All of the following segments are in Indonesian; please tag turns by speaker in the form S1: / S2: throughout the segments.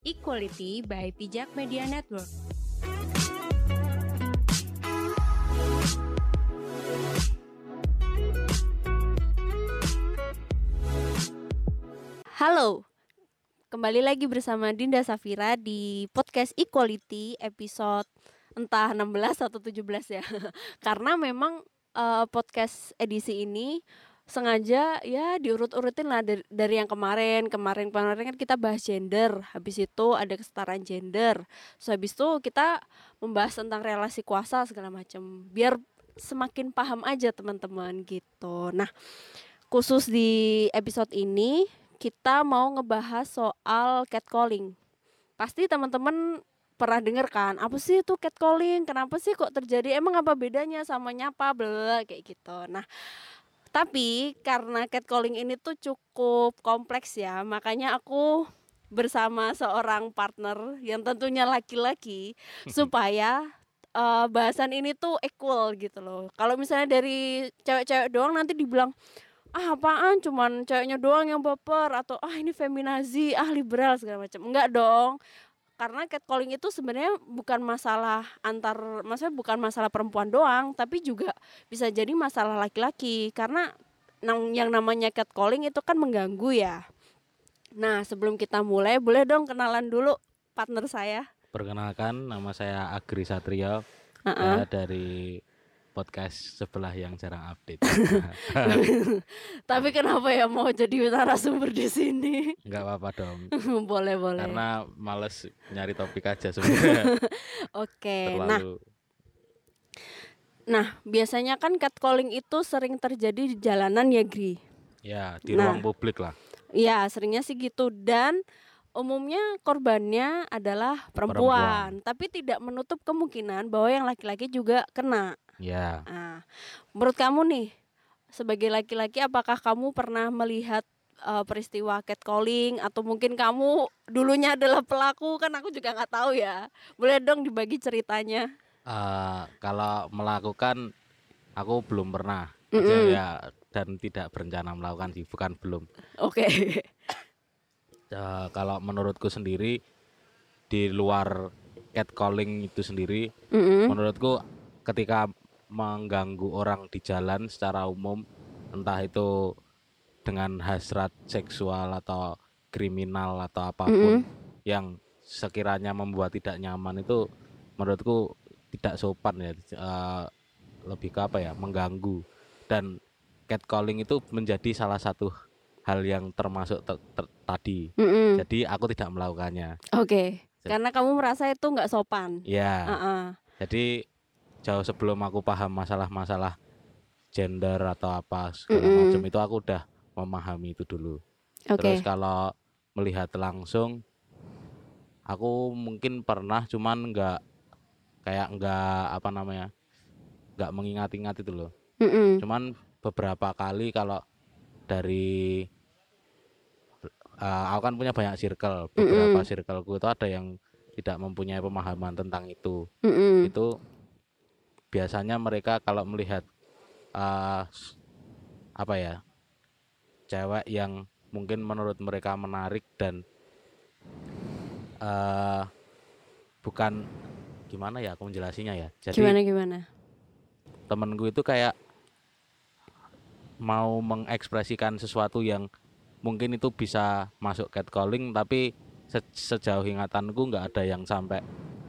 S1: Equality by Pijak Media Network. Halo, kembali lagi bersama Dinda Safira di podcast Equality episode entah 16 atau 17 ya. Karena memang podcast edisi ini sengaja ya diurut-urutin lah dari yang kemarin kan kita bahas gender, habis itu ada kesetaraan gender, so habis itu kita membahas tentang relasi kuasa segala macam biar semakin paham aja teman-teman gitu. Nah, khusus di episode ini kita mau ngebahas soal catcalling. Pasti teman-teman pernah dengar kan, apa sih itu catcalling, kenapa sih kok terjadi, emang apa bedanya sama nyapa, bla kayak gitu. Nah, tapi karena catcalling ini tuh cukup kompleks ya, makanya aku bersama seorang partner yang tentunya laki-laki supaya bahasan ini tuh equal gitu loh. Kalau misalnya dari cewek-cewek doang nanti dibilang apaan cuman ceweknya doang yang baper, atau ini feminazi, liberal segala macam. Enggak dong. Karena catcalling itu sebenarnya bukan masalah maksudnya bukan masalah perempuan doang, tapi juga bisa jadi masalah laki-laki. Karena yang namanya catcalling itu kan mengganggu ya. Nah, sebelum kita mulai, boleh dong kenalan dulu partner saya.
S2: Perkenalkan, nama saya Agri Satrio, ya, dari podcast sebelah yang jarang update.
S1: Tapi kenapa ya mau jadi narasumber di sini?
S2: Enggak apa-apa dong.
S1: Boleh.
S2: Karena males nyari topik aja sebenarnya.
S1: Oke.
S2: Terlalu.
S1: Nah, biasanya kan catcalling itu sering terjadi di jalanan ya, Gri?
S2: Ya, di ruang publik lah.
S1: Iya, seringnya sih gitu, dan umumnya korbannya adalah perempuan. Tapi tidak menutup kemungkinan bahwa yang laki-laki juga kena.
S2: Ya.
S1: Nah, menurut kamu nih, sebagai laki-laki, apakah kamu pernah melihat peristiwa catcalling, atau mungkin kamu dulunya adalah pelaku? Kan aku juga nggak tahu ya. Boleh dong dibagi ceritanya.
S2: Kalau melakukan, aku belum pernah aja ya, dan tidak berencana melakukan sih, bukan belum.
S1: Oke.
S2: Kalau menurutku sendiri, di luar catcalling itu sendiri, menurutku ketika mengganggu orang di jalan secara umum, entah itu dengan hasrat seksual atau kriminal atau apapun yang sekiranya membuat tidak nyaman, itu menurutku tidak sopan ya, lebih ke apa ya, mengganggu. Dan catcalling itu menjadi salah satu hal yang termasuk tadi. Jadi aku tidak melakukannya.
S1: Oke. Karena kamu merasa itu nggak sopan.
S2: Ya. Jadi jauh sebelum aku paham masalah-masalah gender atau apa segala macam, itu aku udah memahami itu dulu. Terus kalau melihat langsung, aku mungkin pernah, cuman nggak mengingat-ingat itu loh. Cuman beberapa kali kalau dari aku kan punya banyak circle, beberapa circleku itu ada yang tidak mempunyai pemahaman tentang itu. Itu biasanya mereka kalau melihat cewek yang mungkin menurut mereka menarik dan bukan, gimana ya aku menjelasinya ya. Jadi
S1: gimana?
S2: Temenku itu kayak mau mengekspresikan sesuatu yang mungkin itu bisa masuk catcalling, tapi sejauh ingatanku nggak ada yang sampai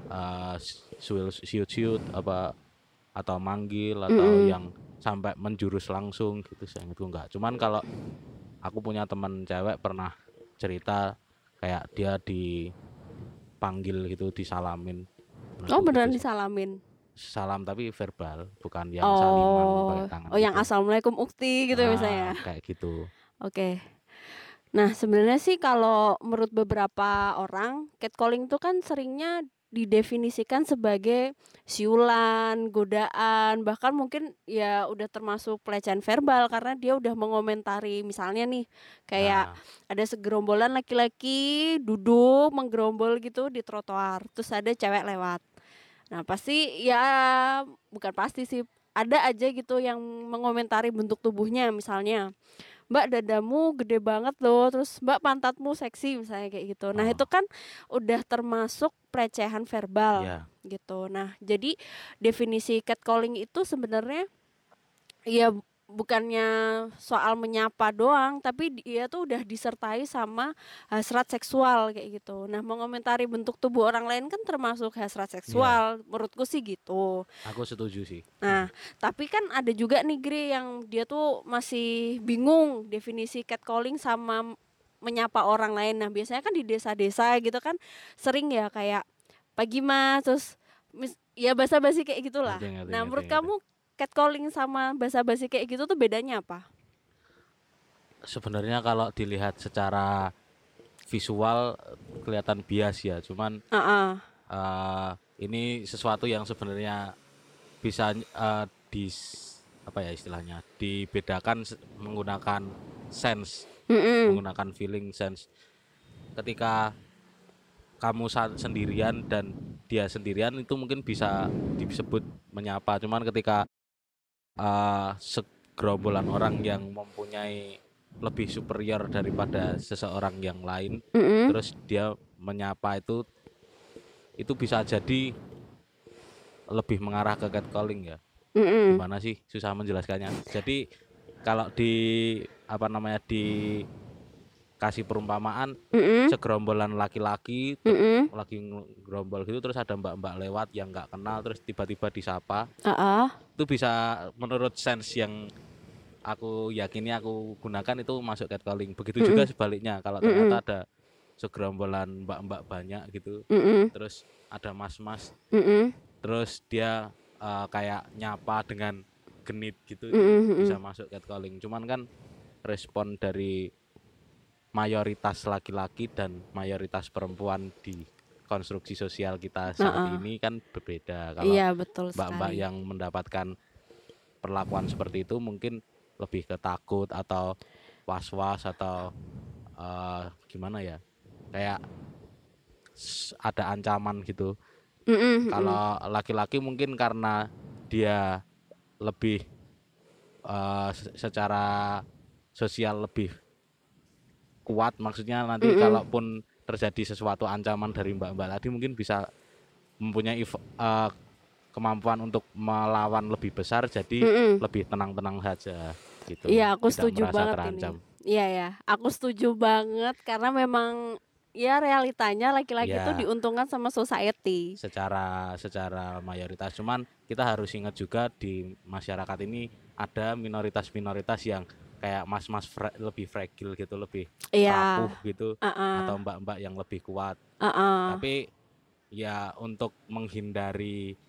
S2: siut apa atau manggil atau yang sampai menjurus langsung gitu. Saya itu enggak. Cuman kalau aku punya teman cewek pernah cerita kayak dia dipanggil gitu, disalamin.
S1: Beneran gitu, disalamin?
S2: Salam tapi verbal, bukan yang saliman pakai tangan.
S1: Yang assalamualaikum ukti gitu misalnya.
S2: Kayak gitu.
S1: Oke. Nah, sebenarnya sih kalau menurut beberapa orang, catcalling itu kan seringnya didefinisikan sebagai siulan, godaan, bahkan mungkin ya udah termasuk pelecehan verbal karena dia udah mengomentari, misalnya nih kayak ada segerombolan laki-laki duduk menggerombol gitu di trotoar, terus ada cewek lewat. Nah, pasti ya, bukan pasti sih, ada aja gitu yang mengomentari bentuk tubuhnya, misalnya Mbak dadamu gede banget loh, terus Mbak pantatmu seksi misalnya kayak gitu. Nah itu kan udah termasuk pelecehan verbal gitu. Nah jadi definisi catcalling itu sebenarnya ya bukannya soal menyapa doang, tapi dia tuh udah disertai sama hasrat seksual kayak gitu. Nah mengomentari bentuk tubuh orang lain kan termasuk hasrat seksual, menurutku sih gitu.
S2: Aku setuju sih.
S1: Nah tapi kan ada juga nih Gri yang dia tuh masih bingung definisi catcalling sama menyapa orang lain. Nah biasanya kan di desa-desa gitu kan sering ya kayak pagi mas, terus ya basa-basi kayak gitulah. Nah menurut kamu catcalling sama basa-basi kayak gitu tuh bedanya apa?
S2: Sebenarnya kalau dilihat secara visual kelihatan bias ya, cuman ini sesuatu yang sebenarnya bisa apa ya istilahnya, dibedakan menggunakan sense, menggunakan feeling sense. Ketika kamu sendirian dan dia sendirian itu mungkin bisa disebut menyapa, cuman ketika segerombolan orang yang mempunyai lebih superior daripada seseorang yang lain, terus dia menyapa itu bisa jadi lebih mengarah ke catcalling ya. Gimana sih, susah menjelaskannya. Jadi kalau dikasih perumpamaan, segerombolan laki-laki lagi gerombol gitu, terus ada mbak-mbak lewat yang nggak kenal, terus tiba-tiba disapa. Itu bisa menurut sense yang aku yakini aku gunakan itu masuk catcalling. Begitu juga sebaliknya, kalau ternyata ada segerombolan mbak-mbak banyak gitu, terus ada mas-mas, terus dia kayak nyapa dengan genit gitu, bisa masuk catcalling. Cuman kan respon dari mayoritas laki-laki dan mayoritas perempuan di konstruksi sosial kita saat ini kan berbeda. Kalau mbak-mbak yang mendapatkan perlakuan seperti itu mungkin lebih ke takut atau was-was atau gimana ya, kayak ada ancaman gitu. Kalau laki-laki mungkin karena dia lebih secara sosial lebih kuat, maksudnya nanti kalaupun terjadi sesuatu ancaman dari mbak-mbak tadi mungkin bisa mempunyai kemampuan untuk melawan lebih besar, jadi lebih tenang-tenang saja gitu.
S1: Iya, aku
S2: tidak
S1: setuju
S2: merasa
S1: banget
S2: terancam.
S1: ini. Iya ya, aku setuju banget karena memang ya realitanya laki-laki itu diuntungkan sama society.
S2: Secara mayoritas, cuman kita harus ingat juga di masyarakat ini ada minoritas-minoritas yang kayak mas-mas lebih fragile gitu, lebih rapuh gitu, atau mbak-mbak yang lebih kuat. Tapi ya untuk menghindari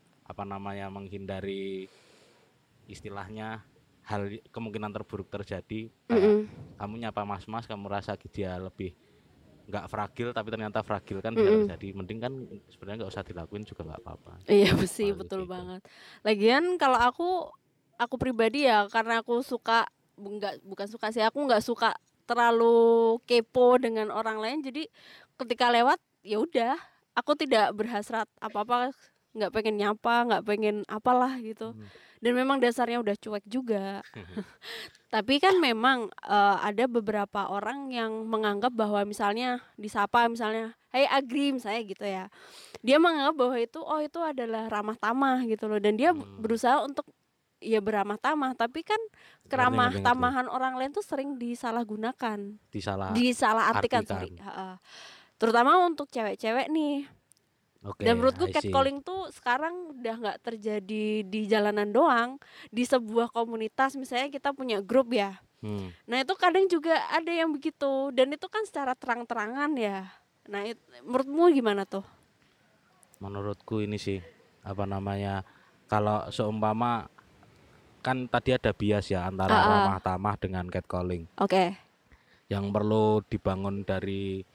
S2: istilahnya hal kemungkinan terburuk terjadi, kayak kamu nyapa mas-mas, kamu rasa dia lebih nggak fragil tapi ternyata fragil kan bisa terjadi. Mending kan sebenarnya nggak usah dilakuin juga nggak apa-apa.
S1: Iya sih, betul banget. Lagian kalau aku pribadi ya, karena aku suka bukan suka sih, aku nggak suka terlalu kepo dengan orang lain, jadi ketika lewat ya udah, aku tidak berhasrat apa-apa, nggak pengen nyapa, nggak pengen apalah gitu. Dan memang dasarnya udah cuek juga. Tapi kan memang ada beberapa orang yang menganggap bahwa misalnya disapa, misalnya hey Agri misalnya gitu ya, dia menganggap bahwa itu adalah ramah tamah gitu loh, dan dia berusaha untuk ya beramah tamah, tapi kan keramah tamahan orang lain tuh sering disalahgunakan, disalahartikan, terutama untuk cewek-cewek nih. Dan menurutku catcalling tuh sekarang udah nggak terjadi di jalanan doang, di sebuah komunitas misalnya kita punya grup ya. Nah itu kadang juga ada yang begitu, dan itu kan secara terang-terangan ya. Nah menurutmu gimana tuh?
S2: Menurutku ini sih kalau seumpama kan tadi ada bias ya antara ramah tamah dengan catcalling. Yang perlu dibangun dari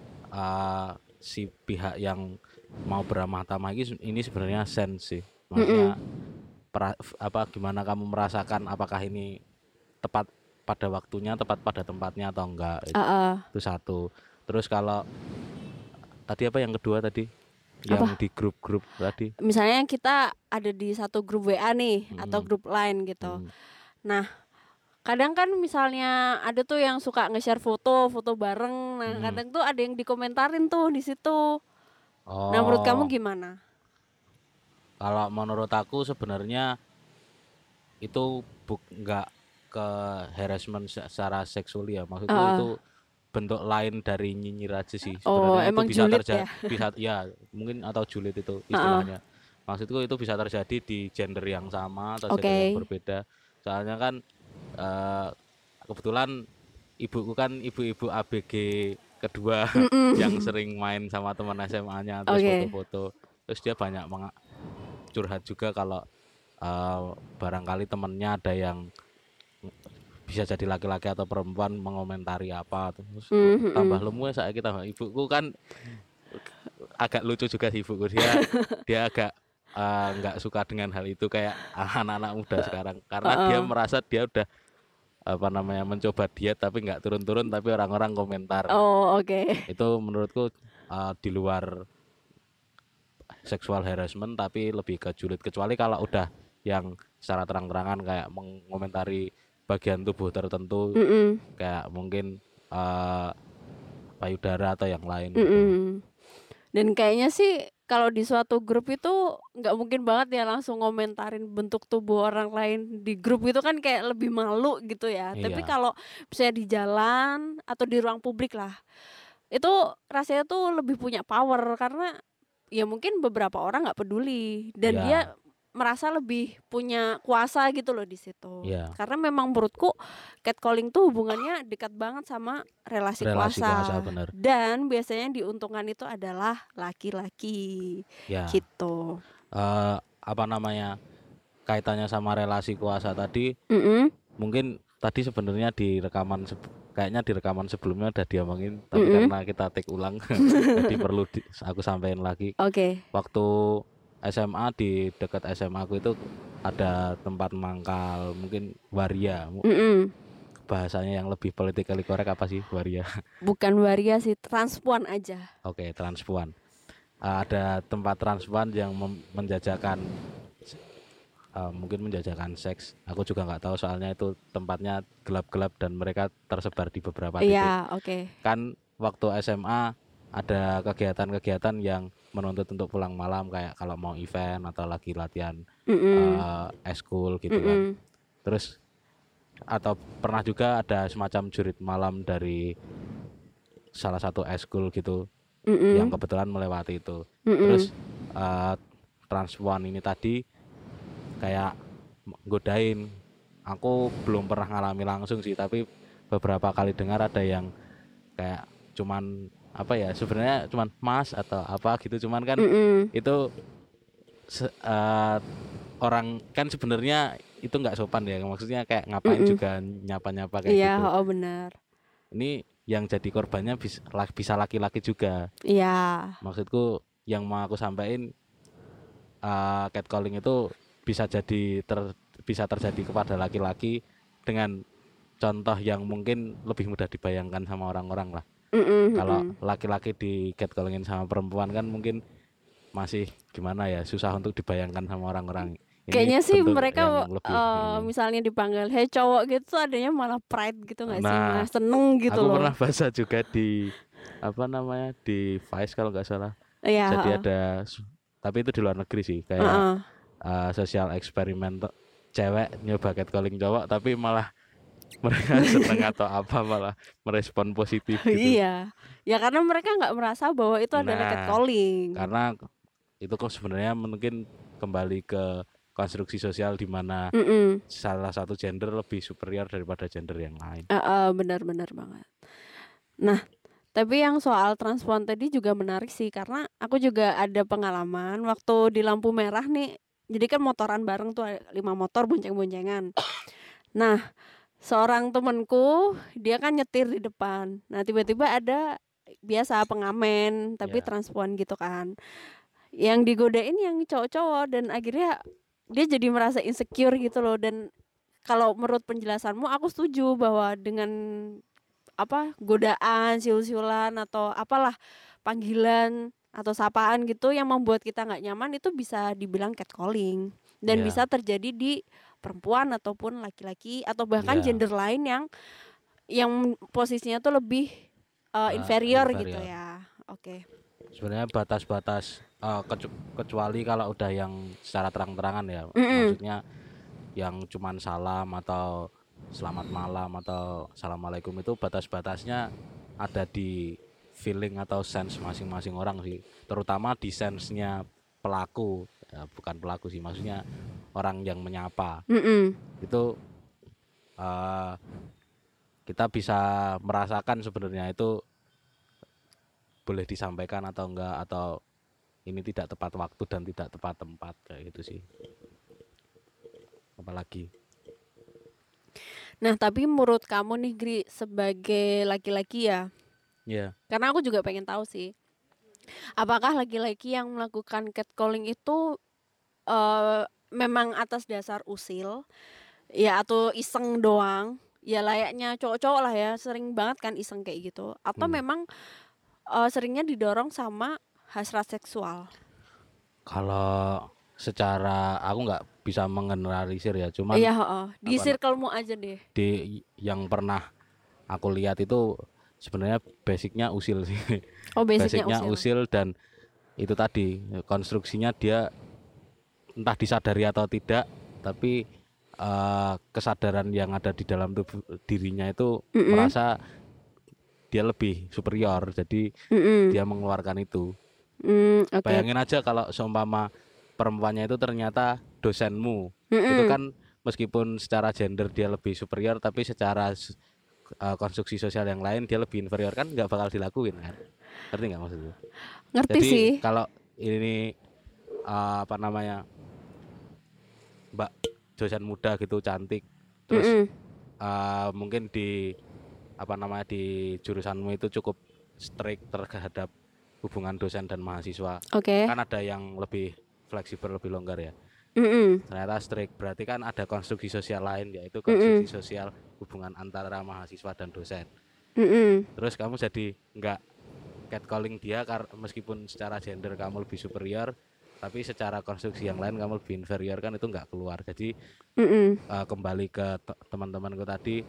S2: si pihak yang mau beramah tamah ini sebenarnya sense sih. Maksudnya gimana kamu merasakan, apakah ini tepat pada waktunya, tepat pada tempatnya atau enggak. Itu satu. Terus kalau tadi apa yang kedua tadi? Yang di grup-grup tadi. Misalnya
S1: kita ada di satu grup WA nih, atau grup lain gitu. Nah, Kadang kan misalnya ada tuh yang suka nge-share foto bareng. Nah, kadang tuh ada yang dikomentarin tuh di situ. Nah, menurut kamu
S2: Oh,
S1: gimana?
S2: kalau menurut aku sebenarnya itu nggak ke harassment secara seksual ya. Maksudku
S1: Heeh.
S2: itu bentuk lain dari nyinyir aja sih.
S1: Oh,
S2: Sebenarnya itu
S1: emang
S2: bisa
S1: julid ya?
S2: bisa ya mungkin atau julid itu
S1: Heeh.
S2: istilahnya. Maksudku itu bisa terjadi di gender yang sama atau gender yang
S1: Oke.
S2: berbeda. Soalnya kan eh, kebetulan ibuku kan ibu-ibu ABG kedua yang sering main sama teman SMA-nya terus
S1: Oke.
S2: foto-foto. Terus dia banyak curhat juga kalau barangkali temennya ada yang bisa jadi laki-laki atau perempuan mengomentari apa terus tambah
S1: Mhm.
S2: lemu saya kita ibuku kan agak lucu juga sih ibuku dia agak nggak suka dengan hal itu kayak anak-anak muda sekarang karena dia
S1: Heeh.
S2: merasa dia udah apa namanya mencoba diet tapi nggak turun-turun tapi orang-orang komentar. Nah,
S1: Oh, oke.
S2: itu menurutku di luar seksual harassment tapi lebih ke julid kecuali kalau udah yang secara terang-terangan kayak mengomentari bagian tubuh tertentu
S1: Mhm.
S2: kayak mungkin eh, payudara atau yang lain gitu.
S1: Mhm. Dan kayaknya sih kalau di suatu grup itu nggak mungkin banget ya langsung ngomentarin bentuk tubuh orang lain di grup itu kan kayak lebih malu gitu ya. Tapi
S2: Iya,
S1: kalau misalnya di jalan atau di ruang publik lah, itu rasanya tuh lebih punya power karena ya mungkin beberapa orang nggak peduli dan dia
S2: iya,
S1: merasa lebih punya kuasa gitu loh di situ.
S2: iya.
S1: Karena memang menurutku catcalling tuh hubungannya dekat banget sama relasi
S2: Relasi kuasa
S1: kuasa
S2: bener.
S1: dan biasanya yang diuntungkan itu adalah laki-laki
S2: Ya,
S1: gitu.
S2: apa namanya kaitannya sama relasi kuasa tadi
S1: Mm-mm.
S2: mungkin tadi sebenarnya di rekaman kayaknya di rekaman sebelumnya udah diomongin tapi
S1: Mm-mm.
S2: karena kita take ulang jadi perlu aku sampaikan lagi
S1: Oke.
S2: waktu SMA di dekat SMA aku itu ada tempat mangkal mungkin waria
S1: Mm-mm.
S2: bahasanya yang lebih politically correct apa sih waria.
S1: Bukan waria sih, transpuan aja.
S2: Oke, transpuan. Ada tempat transpuan yang menjajakan mungkin menjajakan seks. Aku juga nggak tahu soalnya itu tempatnya gelap-gelap dan mereka tersebar di beberapa titik.
S1: Iya, oke.
S2: Kan waktu SMA ada kegiatan-kegiatan yang menuntut untuk pulang malam kayak kalau mau event atau lagi latihan
S1: Mm-mm.
S2: eskul gitu kan.
S1: Mm-mm.
S2: Terus atau pernah juga ada semacam jurit malam dari salah satu eskul gitu yang
S1: Mm-mm.
S2: kebetulan melewati itu.
S1: Mm-mm.
S2: Terus eh, transpuan ini tadi kayak godain. Aku belum pernah ngalami langsung sih, tapi beberapa kali dengar ada yang kayak cuman apa ya sebenarnya cuman mas atau apa gitu cuman kan
S1: Mm-mm.
S2: itu orang kan sebenarnya itu nggak sopan ya maksudnya kayak ngapain
S1: Mm-mm.
S2: juga nyapa-nyapa kayak
S1: Iya,
S2: gitu.
S1: oh benar.
S2: Ini yang jadi korbannya bisa laki-laki juga.
S1: Iya.
S2: Maksudku yang mau aku sampaikan catcalling itu bisa bisa terjadi kepada laki-laki dengan contoh yang mungkin lebih mudah dibayangkan sama orang-orang lah.
S1: Mm-mm.
S2: Kalau
S1: Mm-mm.
S2: laki-laki di catcallingin sama perempuan kan mungkin masih gimana ya susah untuk dibayangkan sama orang-orang. Ini
S1: Kayaknya sih
S2: bentuk
S1: mereka
S2: yang lebih ini.
S1: misalnya dipanggil hey cowok gitu adanya malah pride gitu nggak sih, malah
S2: Nah,
S1: seneng gitu
S2: aku
S1: loh.
S2: pernah baca juga di apa namanya di Vice kalau nggak salah.
S1: Iya.
S2: Jadi
S1: Heeh.
S2: ada tapi itu di luar negeri sih kayak
S1: Heeh.
S2: sosial eksperimen cewek nyoba catcalling cowok tapi malah mereka seneng atau apa malah merespon positif gitu.
S1: Iya. Ya karena mereka nggak merasa bahwa itu adalah
S2: Nah,
S1: catcalling.
S2: karena itu kok sebenarnya mungkin kembali ke konstruksi sosial di mana
S1: Mm-mm.
S2: salah satu gender lebih superior daripada gender yang lain.
S1: Benar-benar banget. Nah, tapi yang soal transpuan tadi juga menarik sih karena aku juga ada pengalaman waktu di lampu merah nih. Jadi kan motoran bareng tuh 5 motor bonceng-boncengan. Nah, seorang temanku dia kan nyetir di depan. Nah, tiba-tiba ada biasa pengamen tapi
S2: Ya,
S1: transpuan gitu kan. Yang digodain yang cowok-cowok dan akhirnya dia jadi merasa insecure gitu loh. Dan kalau menurut penjelasanmu aku setuju bahwa dengan apa godaan, siul-siulan atau apalah panggilan atau sapaan gitu yang membuat kita nggak nyaman itu bisa dibilang catcalling dan bisa
S2: ya,
S1: terjadi di perempuan ataupun laki-laki atau bahkan
S2: Ya,
S1: gender lain yang posisinya tuh lebih inferior gitu
S2: inferior.
S1: ya. Oke.
S2: Sebenarnya batas-batas kecuali kalau udah yang secara terang-terangan ya,
S1: Mm-mm.
S2: maksudnya yang cuman salam atau selamat malam atau assalamualaikum itu batas-batasnya ada di feeling atau sense masing-masing orang sih, terutama di sense-nya pelaku, ya, bukan pelaku sih, maksudnya orang yang menyapa
S1: Mm-mm.
S2: itu eh, kita bisa merasakan sebenarnya itu boleh disampaikan atau enggak, atau ini tidak tepat waktu dan tidak tepat tempat kayak gitu sih. Apalagi
S1: Nah, tapi menurut kamu nih Gri sebagai laki-laki ya,
S2: ya,
S1: karena aku juga pengen tahu sih, apakah laki-laki yang melakukan catcalling itu memang atas dasar usil ya atau iseng doang? Ya layaknya cowok-cowok lah ya, sering banget kan iseng kayak gitu. Atau memang seringnya didorong sama hasrat seksual?
S2: kalau secara aku nggak bisa mengeneralisir ya, cuman
S1: Iya, heeh. Di
S2: apa
S1: circlemu aja deh.
S2: di yang pernah aku lihat itu sebenarnya basicnya usil sih.
S1: Oh, basicnya
S2: Basicnya
S1: usil.
S2: usil, dan itu tadi konstruksinya dia entah disadari atau tidak, tapi kesadaran yang ada di dalam tubuh dirinya itu merasa dia lebih superior, jadi dia mengeluarkan itu.
S1: Oke.
S2: Bayangin aja kalau seumpama perempuannya itu ternyata dosenmu, itu kan meskipun secara gender dia lebih superior, tapi secara konstruksi sosial yang lain dia lebih inferior, kan nggak bakal dilakuin kan? Ngerti nggak maksudnya?
S1: Ngerti
S2: Jadi
S1: sih.
S2: kalau ini apa namanya, Mbak dosen muda gitu cantik, terus mungkin di apa namanya di jurusanmu itu cukup strict terhadap hubungan dosen dan mahasiswa,
S1: Oke.
S2: kan ada yang lebih fleksibel, lebih longgar ya.
S1: Mm-mm.
S2: Ternyata strict, berarti kan ada konstruksi sosial lain, yaitu konstruksi sosial hubungan antara mahasiswa dan dosen.
S1: Mm-mm.
S2: Terus kamu jadi nggak catcalling dia meskipun secara gender kamu lebih superior, tapi secara konstruksi yang lain kamu lebih inferior, kan itu nggak keluar. Jadi kembali ke teman-temanku tadi,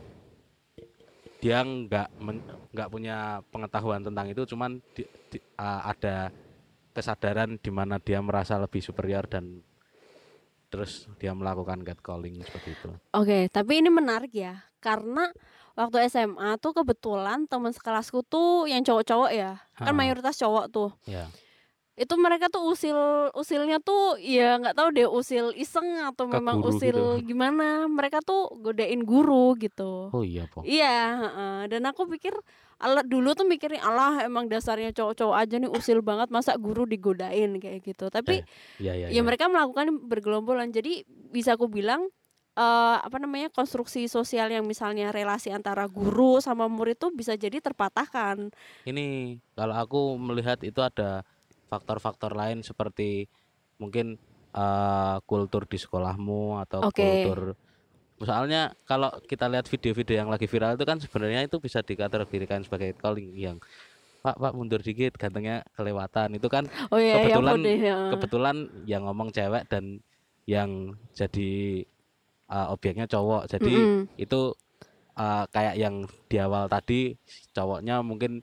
S2: dia nggak punya pengetahuan tentang itu, cuman ada kesadaran di mana dia merasa lebih superior dan terus dia melakukan catcalling seperti itu.
S1: Oke, tapi ini menarik ya, karena waktu SMA tuh kebetulan teman sekelasku tuh yang cowok-cowok ya, kan mayoritas cowok tuh.
S2: Ya.
S1: Itu mereka tuh usilnya tuh ya nggak tahu deh, usil iseng atau
S2: Ke
S1: memang
S2: guru
S1: usil
S2: gitu.
S1: gimana. Mereka tuh godain guru gitu.
S2: Oh iya, Po.
S1: Iya, heeh. Dan aku pikir dulu tuh mikirnya Allah emang dasarnya cowok-cowok aja nih usil banget, masa guru digodain kayak gitu. Tapi
S2: Iya,
S1: ya mereka melakukan bergelombolan. Jadi bisa aku bilang apa namanya, konstruksi sosial yang misalnya relasi antara guru sama murid tuh bisa jadi terpatahkan.
S2: Ini kalau aku melihat itu ada faktor-faktor lain seperti mungkin kultur di sekolahmu atau kultur. Soalnya kalau kita lihat video-video yang lagi viral itu kan sebenarnya itu bisa dikategorikan sebagai catcalling, yang Pak mundur dikit, gantengnya kelewatan. Itu kan kebetulan yang ngomong cewek dan yang jadi objeknya cowok. Jadi itu kayak yang di awal tadi, cowoknya mungkin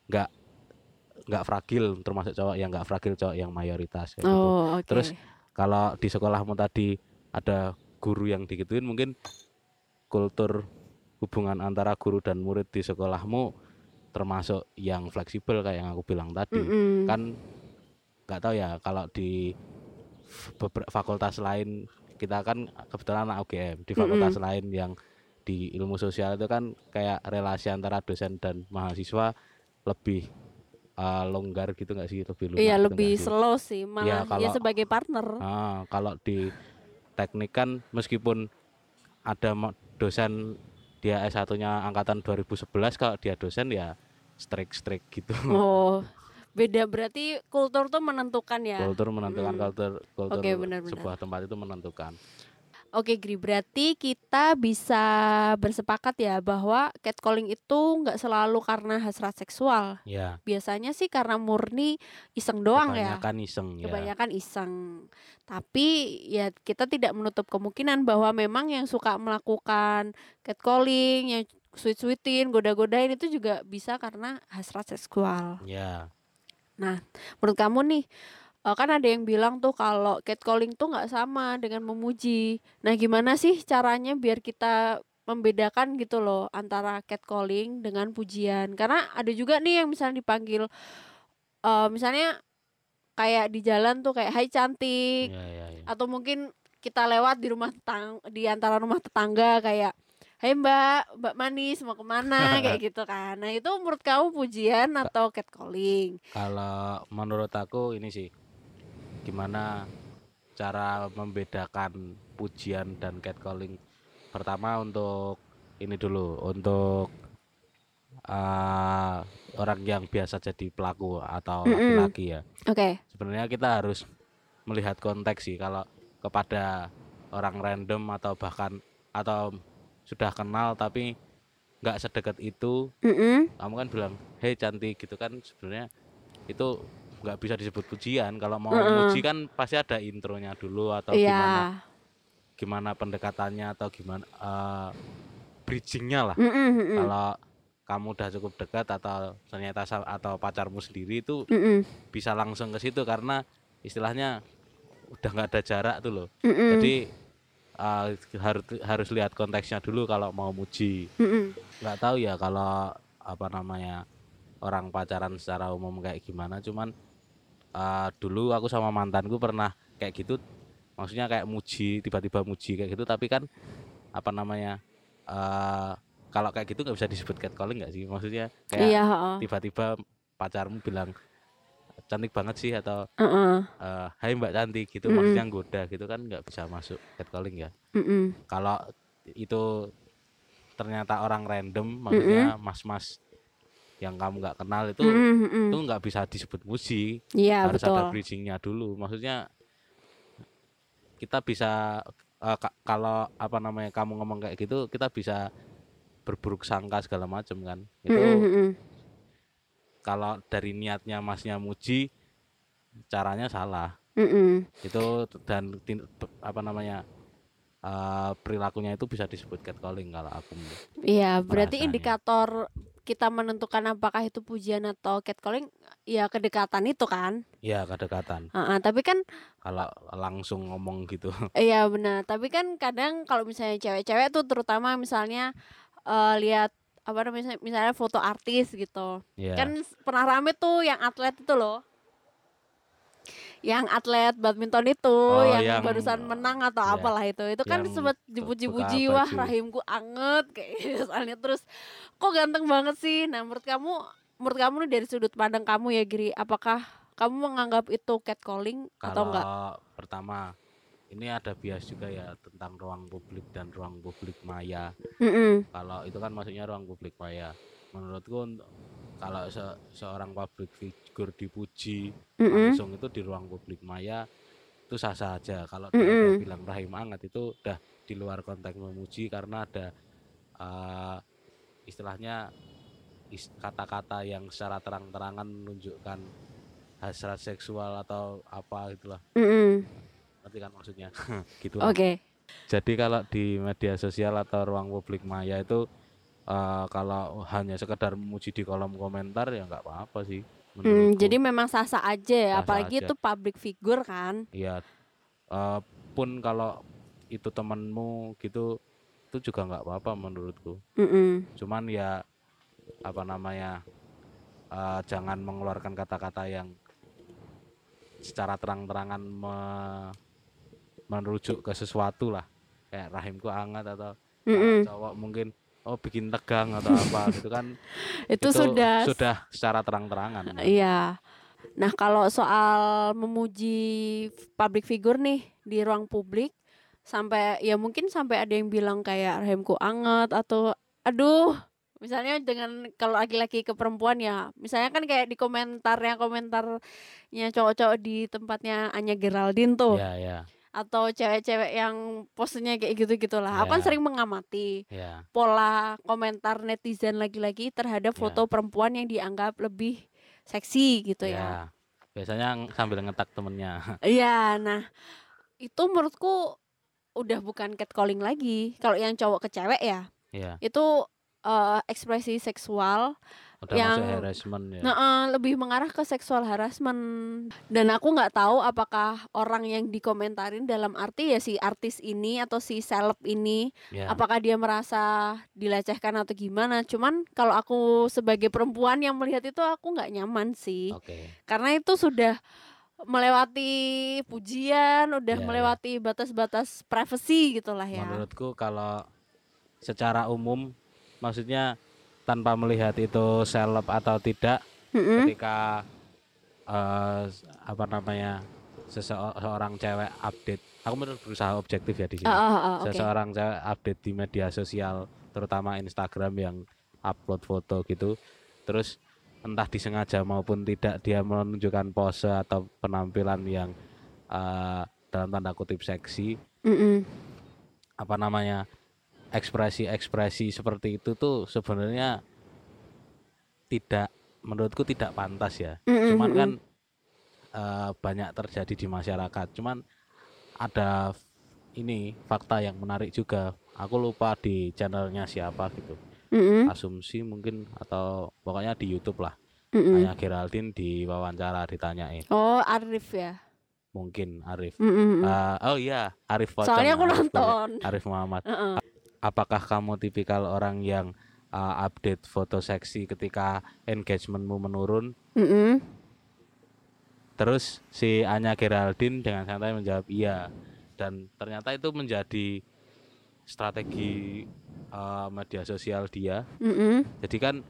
S2: nggak fragil, termasuk cowok yang nggak fragil, cowok yang mayoritas kayak gitu. Terus kalau di sekolahmu tadi ada guru yang digituin, mungkin kultur hubungan antara guru dan murid di sekolahmu termasuk yang fleksibel kayak yang aku bilang tadi. Kan nggak tahu ya kalau di beberapa fakultas lain, kita kan kebetulan anak UGM, di fakultas lain yang di ilmu sosial itu kan kayak relasi antara dosen dan mahasiswa lebih longgar gitu nggak sih, lebih lunak?
S1: Iya,
S2: gitu
S1: lebih slow sih, malah ya sebagai partner.
S2: Kalau di teknik kan meskipun ada dosen dia S1-nya angkatan 2011, kalau dia dosen ya strict gitu.
S1: Oh, beda, berarti kultur tuh menentukan ya.
S2: Kultur menentukan, kultur
S1: Oke, benar-benar.
S2: sebuah tempat itu menentukan.
S1: Oke, Gri, berarti kita bisa bersepakat ya bahwa catcalling itu nggak selalu karena hasrat seksual.
S2: Ya,
S1: Biasanya sih karena murni iseng doang ya.
S2: kebanyakan iseng ya.
S1: Kebanyakan iseng. Tapi ya kita tidak menutup kemungkinan bahwa memang yang suka melakukan catcalling, yang sweet-sweetin, goda-godain itu juga bisa karena hasrat seksual.
S2: Ya,
S1: Nah, menurut kamu nih, kan ada yang bilang tuh kalau catcalling tuh nggak sama dengan memuji. Nah, gimana sih caranya biar kita membedakan gitu loh antara catcalling dengan pujian? Karena ada juga nih yang misalnya dipanggil, misalnya kayak di jalan tuh kayak hai cantik,
S2: ya, ya, ya.
S1: atau mungkin kita lewat di di antara rumah tetangga kayak hai mbak, mbak manis mau kemana kayak gitu kan. Nah itu menurut kamu pujian
S2: Ka-
S1: atau catcalling?
S2: Kalau menurut aku ini sih, gimana cara membedakan pujian dan catcalling. Pertama untuk ini dulu, untuk uh, orang yang biasa jadi pelaku atau
S1: Mm-mm.
S2: laki-laki ya.
S1: Oke.
S2: Sebenarnya kita harus melihat konteks sih. Kalau kepada orang random atau bahkan atau sudah kenal tapi nggak sedekat itu,
S1: Mm-mm.
S2: kamu kan bilang hei cantik gitu kan, sebenarnya itu nggak bisa disebut pujian. Kalau mau
S1: Mm-mm.
S2: muji kan pasti ada intronya dulu atau
S1: Iya.
S2: gimana pendekatannya atau gimana bridgingnya lah.
S1: Mm-mm, mm-mm,
S2: Kalau kamu udah cukup dekat atau ternyata atau pacarmu sendiri itu
S1: mm-mm,
S2: bisa langsung ke situ karena istilahnya udah nggak ada jarak tuh loh.
S1: mm-mm,
S2: Jadi harus lihat konteksnya dulu kalau mau muji.
S1: mm-mm,
S2: Nggak tahu ya kalau apa namanya orang pacaran secara umum kayak gimana. Cuman dulu aku sama mantanku pernah kayak gitu. Maksudnya kayak muji, tiba-tiba muji kayak gitu. Tapi kan apa namanya kalau kayak gitu nggak bisa disebut catcalling nggak sih? Maksudnya kayak
S1: iya, heeh,
S2: tiba-tiba pacarmu bilang cantik banget sih atau
S1: heeh,
S2: hai mbak cantik gitu,
S1: mm-mm,
S2: maksudnya goda gitu kan nggak bisa masuk catcalling ya.
S1: mm-mm,
S2: Kalau itu ternyata orang random,
S1: mm-mm,
S2: maksudnya mas-mas yang kamu nggak kenal
S1: mm-mm, mm-mm.
S2: itu nggak bisa disebut muji,
S1: Iya
S2: harus ada
S1: betul.
S2: bridgingnya dulu. Maksudnya kita bisa kalau apa namanya kamu ngomong kayak gitu kita bisa berburuk sangka segala macam kan.
S1: Mm-mm,
S2: Itu
S1: mm-mm,
S2: kalau dari niatnya masnya muji, caranya salah.
S1: mm-mm.
S2: Itu dan apa namanya perilakunya itu bisa disebut catcalling kalau aku
S1: Iya, berarti
S2: merasanya.
S1: indikator kita menentukan apakah itu pujian atau catcalling ya kedekatan itu kan.
S2: Ya kedekatan.
S1: Heeh, tapi kan
S2: Kalau langsung ngomong gitu.
S1: iya benar, tapi kan kadang kalau misalnya cewek-cewek tuh terutama misalnya lihat apa namanya misalnya foto artis gitu.
S2: Ya.
S1: Kan pernah rame tuh yang atlet itu loh. Yang atlet badminton itu
S2: Oh
S1: yang
S2: yang
S1: barusan menang atau
S2: ya
S1: apalah itu kan
S2: yang
S1: sempat
S2: buka
S1: dipuji-puji, wah
S2: baju.
S1: rahimku anget kayak gitu soalnya, terus kok ganteng banget sih. Nah menurut kamu nih dari sudut pandang kamu ya Giri, apakah kamu menganggap itu catcalling atau enggak?
S2: Kalau pertama ini ada bias juga ya tentang ruang publik dan ruang publik maya.
S1: Mm-mm.
S2: Kalau itu kan maksudnya ruang publik maya. Menurutku kalau seorang public figure dipuji
S1: Mm-mm.
S2: langsung itu di ruang publik maya itu sah-sah aja. Kalau dia ada
S1: Mm-mm.
S2: bilang rahim hangat itu udah di luar konteks memuji karena ada uh, istilahnya kata-kata yang secara terang-terangan menunjukkan hasrat seksual atau apa itulah.
S1: Mm-mm.
S2: Ngerti kan maksudnya? Gitulah.
S1: Oke.
S2: Jadi kalau di media sosial atau ruang publik maya itu kalau hanya sekedar memuji di kolom komentar ya nggak apa-apa sih
S1: Jadi
S2: menurutku,
S1: memang sah-sah aja ya,
S2: sah-sah
S1: apalagi
S2: aja.
S1: itu public figure kan.
S2: Ya pun kalau itu temanmu gitu itu juga nggak apa-apa menurutku.
S1: Mm-mm.
S2: Cuman ya apa namanya jangan mengeluarkan kata-kata yang secara terang-terangan merujuk ke sesuatu lah, kayak rahimku hangat atau kalau
S1: Mm-mm.
S2: cowok mungkin oh bikin tegang atau apa gitu kan,
S1: Itu
S2: itu
S1: sudah
S2: sudah secara terang-terangan kan.
S1: iya. Nah, kalau soal memuji public figure nih di ruang publik, sampai ya mungkin sampai ada yang bilang kayak rahimku anget atau aduh, misalnya dengan kalau laki-laki ke perempuan ya, misalnya kan kayak di komentarnya cowok-cowok di tempatnya Anya Geraldine tuh.
S2: Ya, ya.
S1: atau cewek-cewek yang posenya kayak gitu-gitulah. Aku kan
S2: Ya.
S1: sering mengamati
S2: Ya.
S1: pola komentar netizen lagi-lagi terhadap foto perempuan yang dianggap lebih seksi gitu ya.
S2: Biasanya sambil ngetak temennya.
S1: Iya, nah itu menurutku udah bukan catcalling lagi. Kalau yang cowok ke cewek ya,
S2: Iya.
S1: itu ekspresi seksual
S2: Udah
S1: yang
S2: masuk harassment ya.
S1: lebih mengarah ke seksual harassment. Dan aku nggak tahu apakah orang yang dikomentarin dalam arti ya si artis ini atau si seleb ini,
S2: Ya.
S1: apakah dia merasa dilecehkan atau gimana. Cuman kalau aku sebagai perempuan yang melihat itu aku nggak nyaman sih.
S2: Oke.
S1: Karena itu sudah melewati pujian, udah
S2: Ya,
S1: melewati batas-batas privasi gitulah ya.
S2: Menurutku kalau secara umum, maksudnya tanpa melihat itu seleb atau tidak, ketika seseorang cewek update, aku berusaha objektif ya di sini.
S1: Okay.
S2: Seseorang cewek update di media sosial, terutama Instagram yang upload foto gitu, terus entah disengaja maupun tidak dia menunjukkan pose atau penampilan yang dalam tanda kutip seksi, ekspresi-ekspresi seperti itu tuh sebenarnya menurutku tidak pantas ya. Cuman kan banyak terjadi di masyarakat. Cuman ada ini fakta yang menarik juga. Aku lupa di channelnya siapa gitu. Asumsi mungkin atau pokoknya di YouTube lah. Anya Geraldine diwawancara ditanyain.
S1: Oh, Arif ya.
S2: Mungkin Arif.
S1: Oh
S2: iya, Arif Pocong.
S1: Soalnya aku nonton.
S2: Arif Muhammad. Apakah kamu tipikal orang yang update foto seksi ketika engagementmu menurun? Terus si Anya Geraldine dengan santai menjawab iya. Dan ternyata itu menjadi strategi media sosial dia. Jadi kan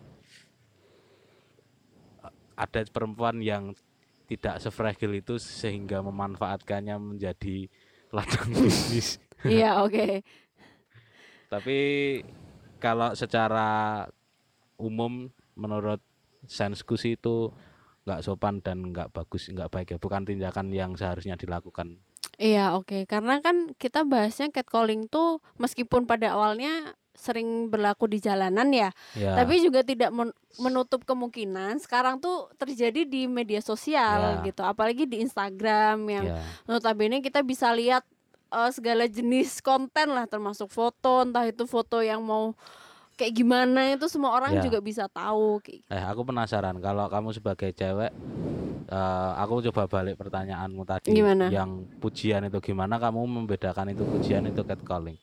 S2: ada perempuan yang tidak sefragil itu sehingga memanfaatkannya menjadi ladang bisnis.
S1: Iya, oke.
S2: Tapi kalau secara umum menurut sensku sih itu nggak sopan dan nggak bagus, nggak baik ya, bukan tindakan yang seharusnya dilakukan.
S1: Iya, oke. Karena kan kita bahasnya catcalling tuh meskipun pada awalnya sering berlaku di jalanan ya, tapi juga tidak menutup kemungkinan sekarang tuh terjadi di media sosial gitu, apalagi di Instagram yang notabene kita bisa lihat segala jenis konten lah, termasuk foto, entah itu foto yang mau kayak gimana itu semua orang juga bisa tahu.
S2: Aku penasaran kalau kamu sebagai cewek, aku coba balik pertanyaanmu tadi.
S1: Gimana?
S2: Yang pujian itu gimana kamu membedakan itu pujian itu catcalling?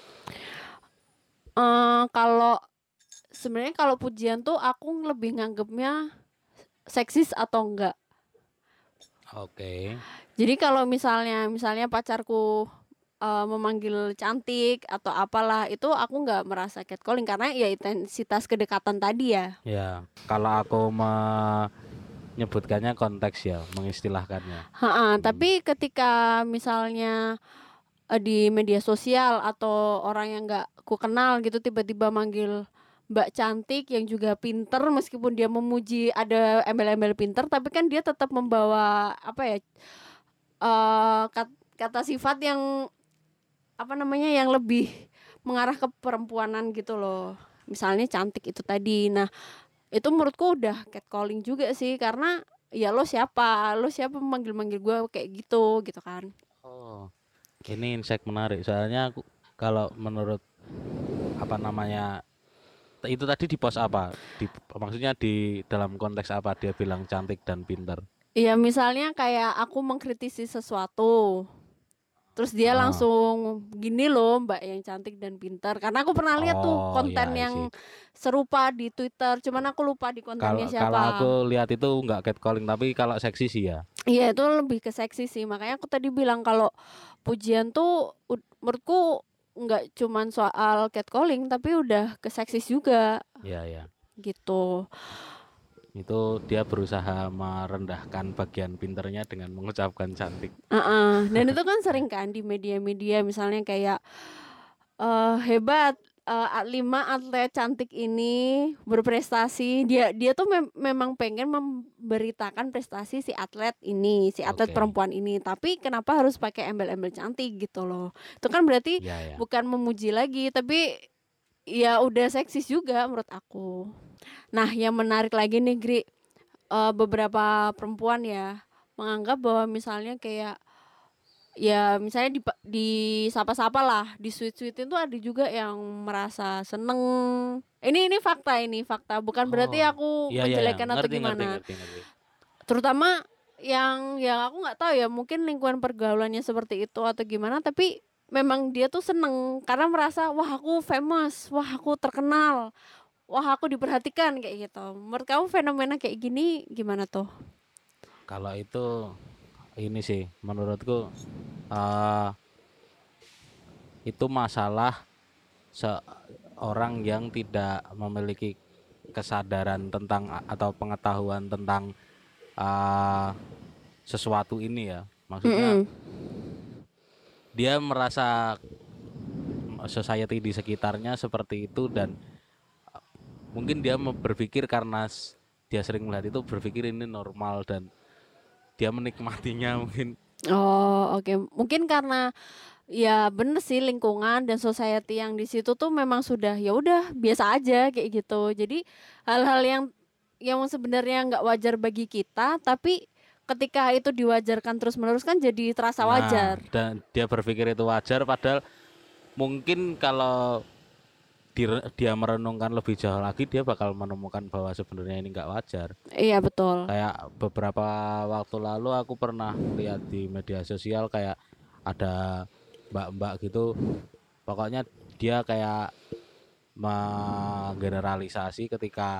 S1: Kalau sebenarnya kalau pujian tuh aku lebih nganggepnya seksis atau enggak.
S2: Oke.
S1: Jadi kalau misalnya pacarku memanggil cantik atau apalah, itu aku nggak merasa catcalling karena ya intensitas kedekatan tadi ya.
S2: Ya, kalau aku menyebutkannya konteks ya, mengistilahkannya.
S1: Tapi ketika misalnya di media sosial atau orang yang nggak ku kenal gitu tiba-tiba manggil Mbak cantik yang juga pinter, meskipun dia memuji ada embel-embel pinter, tapi kan dia tetap membawa apa ya, kata sifat yang apa namanya, yang lebih mengarah ke perempuanan gitu loh. Misalnya cantik itu tadi. Nah, itu menurutku udah catcalling juga sih, karena ya lo siapa memanggil-manggil gue kayak gitu kan.
S2: Oh, ini insight menarik. Soalnya aku kalau menurut apa namanya itu tadi di post apa? Maksudnya di dalam konteks apa dia bilang cantik dan pinter?
S1: Iya, misalnya kayak aku mengkritisi sesuatu, terus dia langsung gini loh Mbak yang cantik dan pintar. Karena aku pernah lihat tuh konten yang serupa di Twitter, cuman aku lupa di kontennya siapa.
S2: Kalau aku lihat itu nggak catcalling, tapi kalau seksi sih ya.
S1: Iya, itu lebih ke seksi sih. Makanya aku tadi bilang kalau pujian tuh menurutku nggak cuman soal catcalling, tapi udah ke seksis juga.
S2: Iya.
S1: Gitu.
S2: Itu dia berusaha merendahkan bagian pinternya dengan mengucapkan cantik.
S1: Dan itu kan sering kan di media-media, misalnya kayak hebat lima atlet cantik ini berprestasi, dia tuh memang pengen memberitakan prestasi si atlet ini, si atlet perempuan ini, tapi kenapa harus pakai embel-embel cantik gitu loh. Itu kan berarti bukan memuji lagi, tapi ya udah seksis juga menurut aku. Nah, yang menarik lagi nih Gri, beberapa perempuan ya menganggap bahwa misalnya kayak ya misalnya di sapa-sapa lah, di sweet-sweetin tuh ada juga yang merasa seneng. Ini fakta, bukan berarti aku menjelekan atau gimana.
S2: Ngerti.
S1: Terutama yang aku nggak tahu ya, mungkin lingkungan pergaulannya seperti itu atau gimana, tapi memang dia tuh seneng karena merasa wah aku famous, wah aku terkenal, wah aku diperhatikan kayak gitu. Menurut kamu fenomena kayak gini gimana tuh?
S2: Kalau itu ini sih menurutku itu masalah seorang yang tidak memiliki kesadaran tentang atau pengetahuan tentang sesuatu ini ya. Maksudnya dia merasa society di sekitarnya seperti itu dan mungkin dia berpikir karena dia sering melihat itu, berpikir ini normal dan dia menikmatinya mungkin.
S1: Oh oke. Mungkin karena ya bener sih lingkungan dan society yang di situ tuh memang sudah ya udah biasa aja kayak gitu. Jadi hal-hal yang sebenarnya nggak wajar bagi kita, tapi ketika itu diwajarkan terus-menerus kan jadi terasa wajar.
S2: Dan dia berpikir itu wajar, padahal mungkin kalau dia merenungkan lebih jauh lagi, dia bakal menemukan bahwa sebenarnya ini nggak wajar.
S1: Iya betul.
S2: Kayak beberapa waktu lalu aku pernah lihat di media sosial kayak ada mbak-mbak gitu, pokoknya dia kayak menggeneralisasi ketika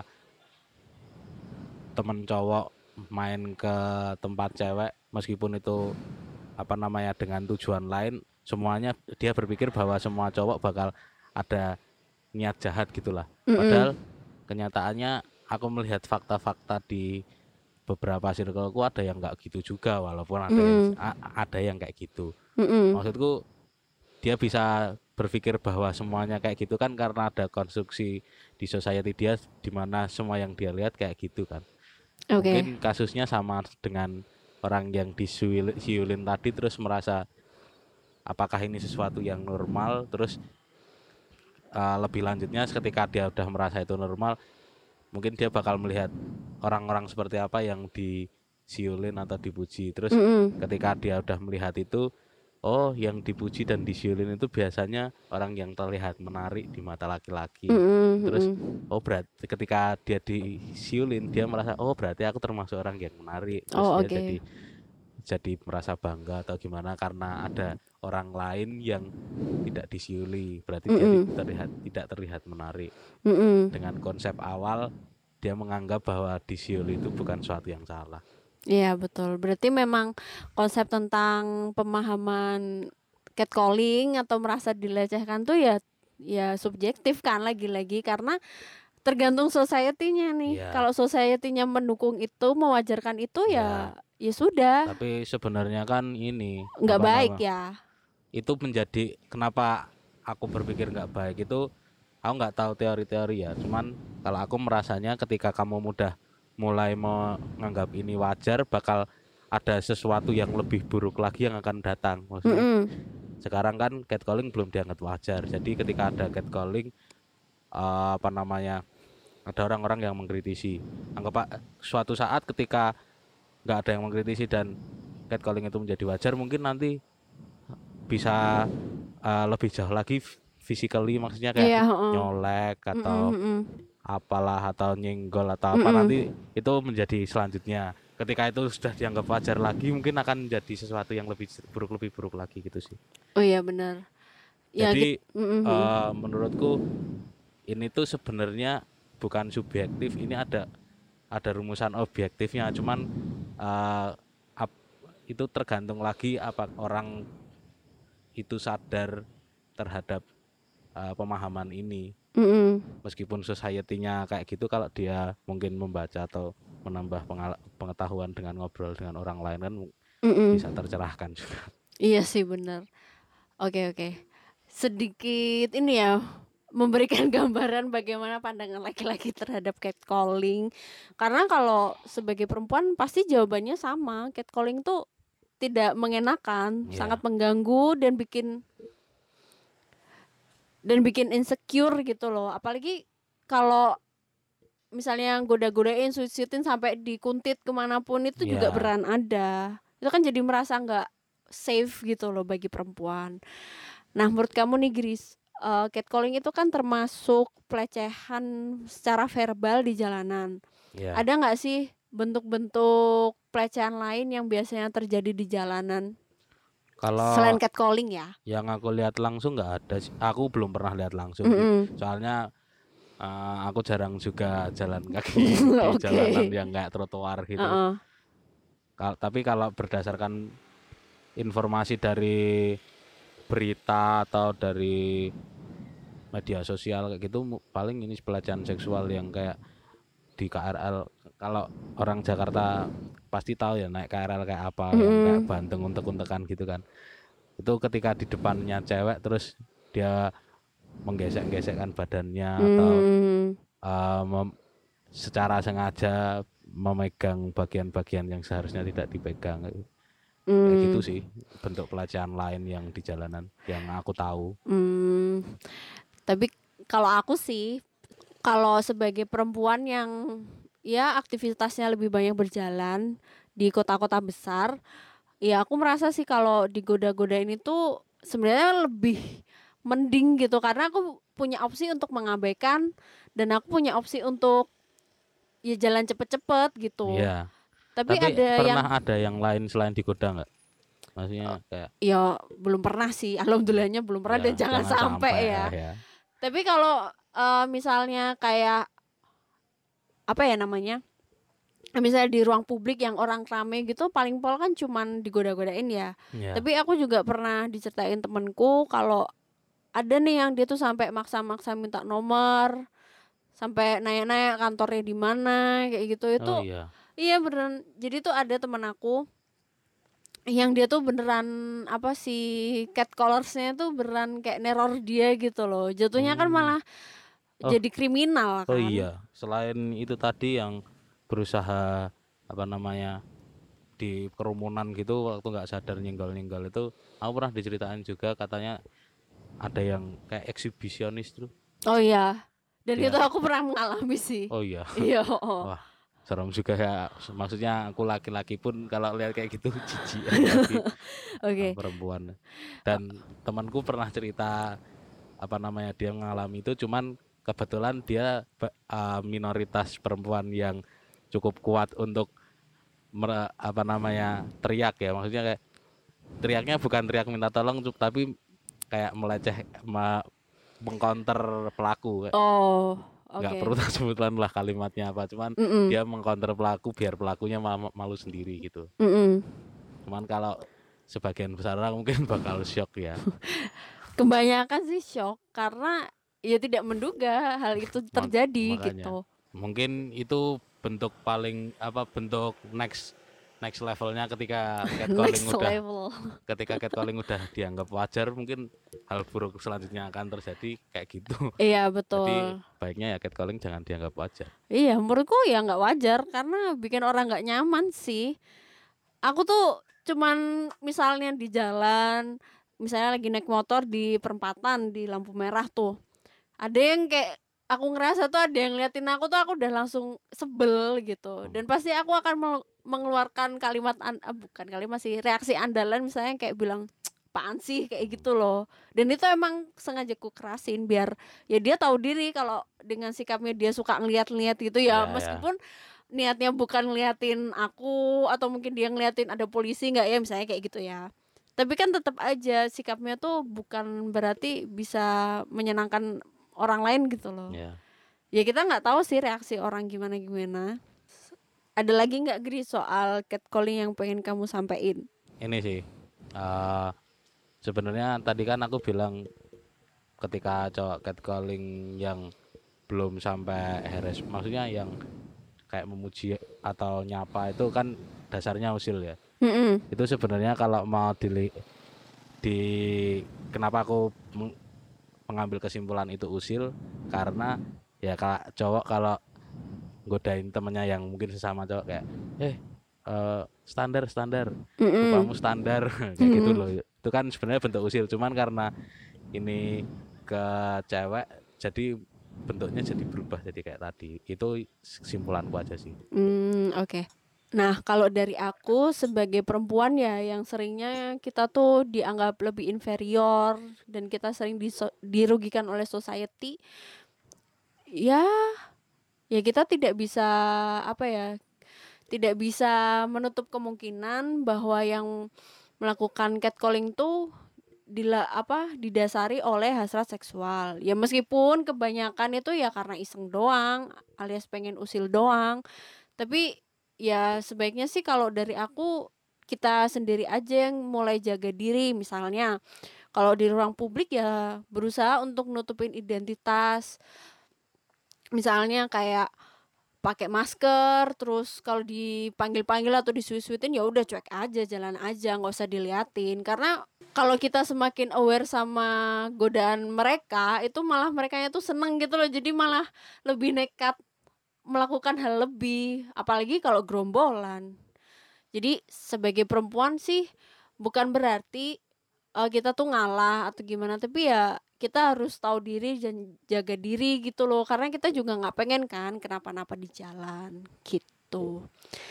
S2: temen cowok main ke tempat cewek meskipun itu dengan tujuan lain, semuanya dia berpikir bahwa semua cowok bakal ada niat jahat gitulah. Padahal kenyataannya aku melihat fakta-fakta di beberapa circleku ada yang nggak gitu juga, walaupun ada yang kayak gitu. Maksudku dia bisa berpikir bahwa semuanya kayak gitu kan karena ada konstruksi di society dia di mana semua yang dia lihat kayak gitu kan. Mungkin kasusnya sama dengan orang yang disiulin tadi, terus merasa apakah ini sesuatu yang normal, terus lebih lanjutnya ketika dia udah merasa itu normal, mungkin dia bakal melihat orang-orang seperti apa yang disiulin atau dipuji. Terus ketika dia udah melihat itu, oh yang dipuji dan disiulin itu biasanya orang yang terlihat menarik di mata laki-laki. Terus oh berarti ketika dia disiulin dia merasa oh berarti aku termasuk orang yang menarik. Terus dia jadi merasa bangga atau gimana karena ada orang lain yang tidak disiuli, berarti dia tidak terlihat menarik. Dengan konsep awal dia menganggap bahwa disiuli itu bukan suatu yang salah.
S1: Iya betul, berarti memang konsep tentang pemahaman catcalling atau merasa dilecehkan tuh ya subjektif kan, lagi-lagi karena tergantung society-nya nih. Kalau society-nya mendukung itu, mewajarkan itu ya sudah.
S2: Tapi sebenarnya kan ini
S1: nggak baik ya.
S2: Itu menjadi kenapa aku berpikir nggak baik itu, aku nggak tahu teori-teori ya. Cuman kalau aku merasanya ketika kamu mulai menganggap ini wajar, bakal ada sesuatu yang lebih buruk lagi yang akan datang. Maksudnya sekarang kan catcalling belum dianggap wajar. Jadi ketika ada catcalling ada orang-orang yang mengkritisi. Anggap suatu saat ketika nggak ada yang mengkritisi dan catcalling itu menjadi wajar, mungkin nanti bisa lebih jauh lagi physically, maksudnya kayak nyolek atau apalah, atau nyenggol atau apa, nanti itu menjadi selanjutnya. Ketika itu sudah dianggap wajar lagi, mungkin akan menjadi sesuatu yang lebih buruk lagi gitu sih.
S1: Oh iya benar.
S2: Jadi menurutku ini tuh sebenarnya bukan subjektif, ini ada rumusan objektifnya, cuman itu tergantung lagi apa orang itu sadar terhadap pemahaman ini. Meskipun society-nya kayak gitu, kalau dia mungkin membaca atau menambah pengetahuan dengan ngobrol dengan orang lain kan bisa tercerahkan juga.
S1: Iya sih benar. Oke. Sedikit ini ya, memberikan gambaran bagaimana pandangan laki-laki terhadap catcalling. Karena kalau sebagai perempuan pasti jawabannya sama, catcalling tuh tidak mengenakan, sangat mengganggu dan bikin insecure gitu loh. Apalagi kalau misalnya goda-godain, sweet-sweetin sampai dikuntit kemanapun itu juga beran ada. Itu kan jadi merasa nggak safe gitu loh bagi perempuan. Nah, menurut kamu nih Gris, catcalling itu kan termasuk pelecehan secara verbal di jalanan. Ada nggak sih bentuk-bentuk pelecehan lain yang biasanya terjadi di jalanan?
S2: Kalau
S1: selain catcalling ya?
S2: Yang aku lihat langsung nggak ada. Aku belum pernah lihat langsung. Soalnya aku jarang juga jalan kaki di jalanan yang nggak trotoar gitu. Tapi kalau berdasarkan informasi dari berita atau dari media sosial kayak gitu, paling ini pelecehan seksual yang kayak di KRL. Kalau orang Jakarta pasti tahu ya naik KRL kayak apa, yang kayak Banten untek-untekan gitu kan. Itu ketika di depannya cewek terus dia menggesek-gesekkan badannya atau secara sengaja memegang bagian-bagian yang seharusnya tidak dipegang. Kayak gitu sih bentuk pelecehan lain yang di jalanan yang aku tahu.
S1: Tapi kalau aku sih, kalau sebagai perempuan yang ya aktivitasnya lebih banyak berjalan di kota-kota besar, ya aku merasa sih kalau digoda-godain itu sebenarnya lebih mending gitu, karena aku punya opsi untuk mengabaikan dan aku punya opsi untuk ya jalan cepet-cepet gitu.
S2: Iya.
S1: Tapi
S2: ada yang lain selain digoda nggak? Maksudnya kayak
S1: ya belum pernah sih, alhamdulillahnya belum pernah, dan jangan sampai ya. Tapi kalau misalnya kayak apa ya namanya, misalnya di ruang publik yang orang rame gitu, paling pol kan cuman digoda-godain ya. Tapi aku juga pernah diceritain temenku kalau ada nih yang dia tuh sampai maksa-maksa minta nomor, sampai nanya-nanya kantornya di mana kayak gitu. Itu iya beneran. Jadi tuh ada temen aku yang dia tuh beneran apa sih, catcallersnya tuh beneran kayak neror dia gitu loh. Jatuhnya kan malah jadi kriminal kan.
S2: Oh iya, selain itu tadi yang berusaha apa namanya di kerumunan gitu waktu nggak sadar nyenggol-nyenggol itu, aku pernah diceritain juga katanya ada yang kayak eksibisionis tuh.
S1: Oh iya. Dan itu aku pernah mengalami sih.
S2: Oh iya.
S1: Iya.
S2: Wah, serem juga ya. Maksudnya aku laki-laki pun kalau lihat kayak gitu jijik lagi. Perempuan. Dan temanku pernah cerita apa namanya dia mengalami itu, cuman kebetulan dia minoritas perempuan yang cukup kuat untuk apa namanya teriak ya, maksudnya kayak teriaknya bukan teriak minta tolong tapi kayak meleceh mengcounter pelaku. Nggak perlu sebutan lah kalimatnya apa, cuman dia mengcounter pelaku biar pelakunya malu sendiri gitu. Cuman kalau sebagian besar orang mungkin bakal shock ya.
S1: Kebanyakan sih shock karena ya tidak menduga hal itu terjadi. Makanya, gitu.
S2: Mungkin itu bentuk paling bentuk next levelnya ketika catcalling udah dianggap wajar, mungkin hal buruk selanjutnya akan terjadi kayak gitu.
S1: Iya betul.
S2: Jadi baiknya ya catcalling jangan dianggap wajar.
S1: Iya menurutku ya nggak wajar karena bikin orang nggak nyaman sih. Aku tuh cuman misalnya di jalan, misalnya lagi naik motor di perempatan di lampu merah tuh, ada yang kayak aku ngerasa tuh ada yang ngeliatin aku tuh, aku udah langsung sebel gitu. Dan pasti aku akan mengeluarkan kalimat bukan kalimat sih, reaksi andalan misalnya kayak bilang apaan sih kayak gitu loh. Dan itu emang sengaja ku kerasin biar ya dia tahu diri kalau dengan sikapnya dia suka ngeliat-ngeliat gitu ya, meskipun niatnya bukan ngeliatin aku atau mungkin dia ngeliatin ada polisi nggak ya misalnya kayak gitu ya. Tapi kan tetap aja sikapnya tuh bukan berarti bisa menyenangkan orang lain gitu loh. Ya kita nggak tahu sih reaksi orang gimana. Ada lagi nggak Gri soal catcalling yang pengen kamu sampaikan?
S2: Ini sih sebenarnya tadi kan aku bilang ketika cowok catcalling yang belum sampai harass, maksudnya yang kayak memuji atau nyapa itu kan dasarnya usil ya. Itu sebenarnya kalau mau kenapa aku mengambil kesimpulan itu usil karena ya cowok kalau godain temennya yang mungkin sesama cowok kayak standar rupamu standar kayak gitu loh, itu kan sebenarnya bentuk usil, cuman karena ini ke cewek jadi bentuknya jadi berubah jadi kayak tadi. Itu kesimpulanku aja sih.
S1: Oke. Nah, kalau dari aku sebagai perempuan ya yang seringnya kita tuh dianggap lebih inferior dan kita sering dirugikan oleh society. Ya kita tidak bisa tidak bisa menutup kemungkinan bahwa yang melakukan catcalling tuh didasari oleh hasrat seksual. Ya meskipun kebanyakan itu ya karena iseng doang alias pengen usil doang. Tapi ya sebaiknya sih kalau dari aku kita sendiri aja yang mulai jaga diri. Misalnya kalau di ruang publik ya berusaha untuk nutupin identitas. Misalnya kayak pakai masker, terus kalau dipanggil-panggil atau disuit-suitin ya udah cuek aja, jalan aja, nggak usah diliatin. Karena kalau kita semakin aware sama godaan mereka, itu malah merekanya tuh seneng gitu loh. Jadi malah lebih nekat melakukan hal lebih, apalagi kalau gerombolan. Jadi sebagai perempuan sih bukan berarti kita tuh ngalah atau gimana, tapi ya kita harus tahu diri dan jaga diri gitu loh, karena kita juga nggak pengen kan kenapa-napa di jalan gitu.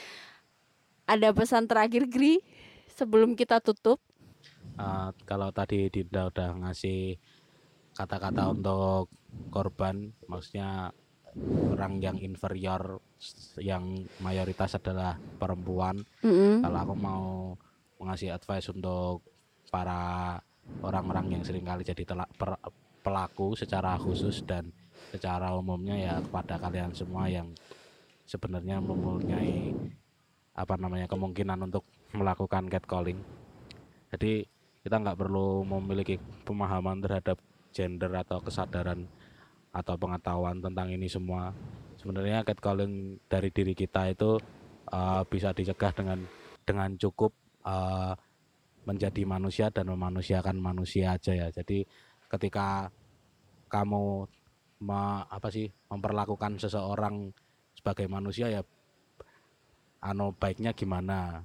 S1: Ada pesan terakhir Gri sebelum kita tutup?
S2: Kalau tadi Dinda udah ngasih kata-kata untuk korban, maksudnya orang yang inferior yang mayoritas adalah perempuan. Kalau aku mau mengasih advice untuk para orang-orang yang seringkali jadi pelaku secara khusus dan secara umumnya ya kepada kalian semua yang sebenarnya mempunyai kemungkinan untuk melakukan catcalling. Jadi kita nggak perlu memiliki pemahaman terhadap gender atau kesadaran atau pengetahuan tentang ini semua. Sebenarnya catcalling dari diri kita itu bisa dicegah dengan cukup menjadi manusia dan memanusiakan manusia aja ya. Jadi ketika kamu memperlakukan seseorang sebagai manusia ya baiknya gimana.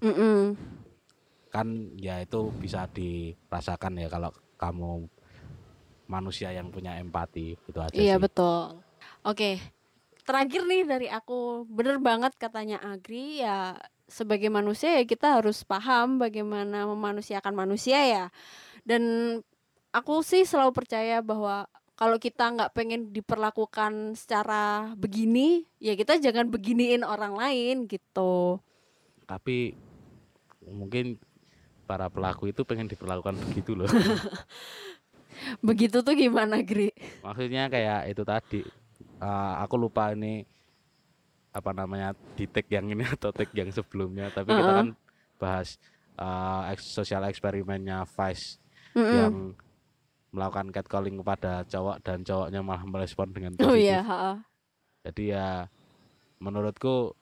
S2: Kan ya itu bisa dirasakan ya kalau kamu manusia yang punya empati, itu aja sih.
S1: Iya betul. Oke, terakhir nih dari aku, bener banget katanya Agri ya, sebagai manusia ya kita harus paham bagaimana memanusiakan manusia ya. Dan aku sih selalu percaya bahwa kalau kita nggak pengen diperlakukan secara begini, ya kita jangan beginiin orang lain gitu.
S2: Tapi mungkin para pelaku itu pengen diperlakukan begitu loh.
S1: Begitu tuh gimana Gri?
S2: Maksudnya kayak itu tadi, aku lupa ini di tag yang ini atau tag yang sebelumnya, tapi kita kan bahas sosial eksperimennya Vice yang melakukan catcalling kepada cowok dan cowoknya malah merespon dengan positif.
S1: Oh iya.
S2: Jadi ya menurutku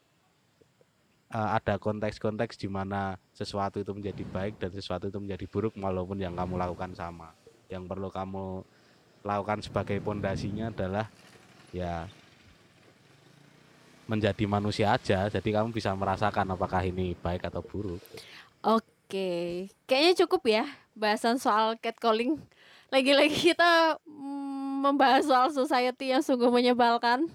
S2: ada konteks-konteks di mana sesuatu itu menjadi baik dan sesuatu itu menjadi buruk walaupun yang kamu lakukan sama. Yang perlu kamu lakukan sebagai pondasinya adalah ya menjadi manusia aja, jadi kamu bisa merasakan apakah ini baik atau buruk.
S1: Oke, kayaknya cukup ya bahasan soal catcalling. Lagi-lagi kita membahas soal society yang sungguh menyebalkan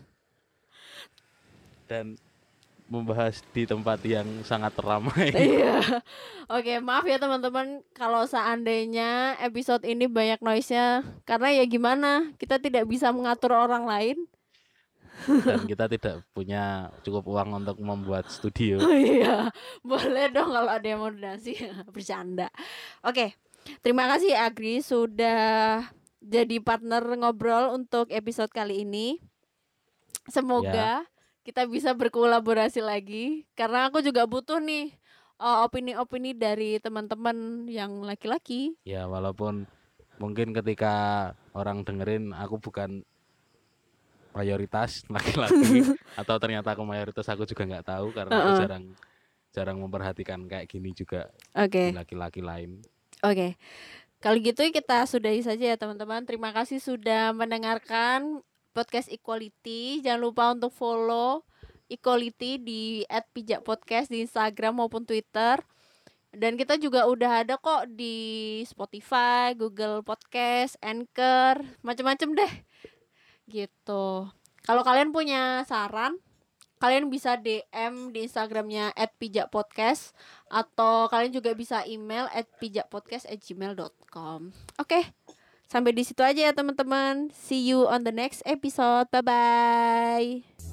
S2: dan membahas di tempat yang sangat ramai.
S1: Iya. Oke, maaf ya teman-teman kalau seandainya episode ini banyak noise-nya, karena ya gimana, kita tidak bisa mengatur orang lain.
S2: Dan kita tidak punya cukup uang untuk membuat studio.
S1: Oh iya, boleh dong kalau ada yang mau donasi. Bercanda. Oke, terima kasih Agri sudah jadi partner ngobrol untuk episode kali ini. Semoga kita bisa berkolaborasi lagi, karena aku juga butuh nih opini-opini dari teman-teman yang laki-laki.
S2: Ya walaupun mungkin ketika orang dengerin aku bukan mayoritas laki-laki atau ternyata aku mayoritas, aku juga nggak tahu karena aku jarang memperhatikan kayak gini juga di laki-laki lain.
S1: Oke. Kalau gitu kita sudahi saja ya teman-teman. Terima kasih sudah mendengarkan podcast Equality. Jangan lupa untuk follow Equality di @pijakpodcast di Instagram maupun Twitter. Dan kita juga udah ada kok di Spotify, Google Podcast, Anchor, macam-macam deh. Gitu. Kalau kalian punya saran, kalian bisa DM di Instagramnya @pijakpodcast atau kalian juga bisa email @pijakpodcast@gmail.com. Oke, sampai di situ aja ya teman-teman. See you on the next episode. Bye bye.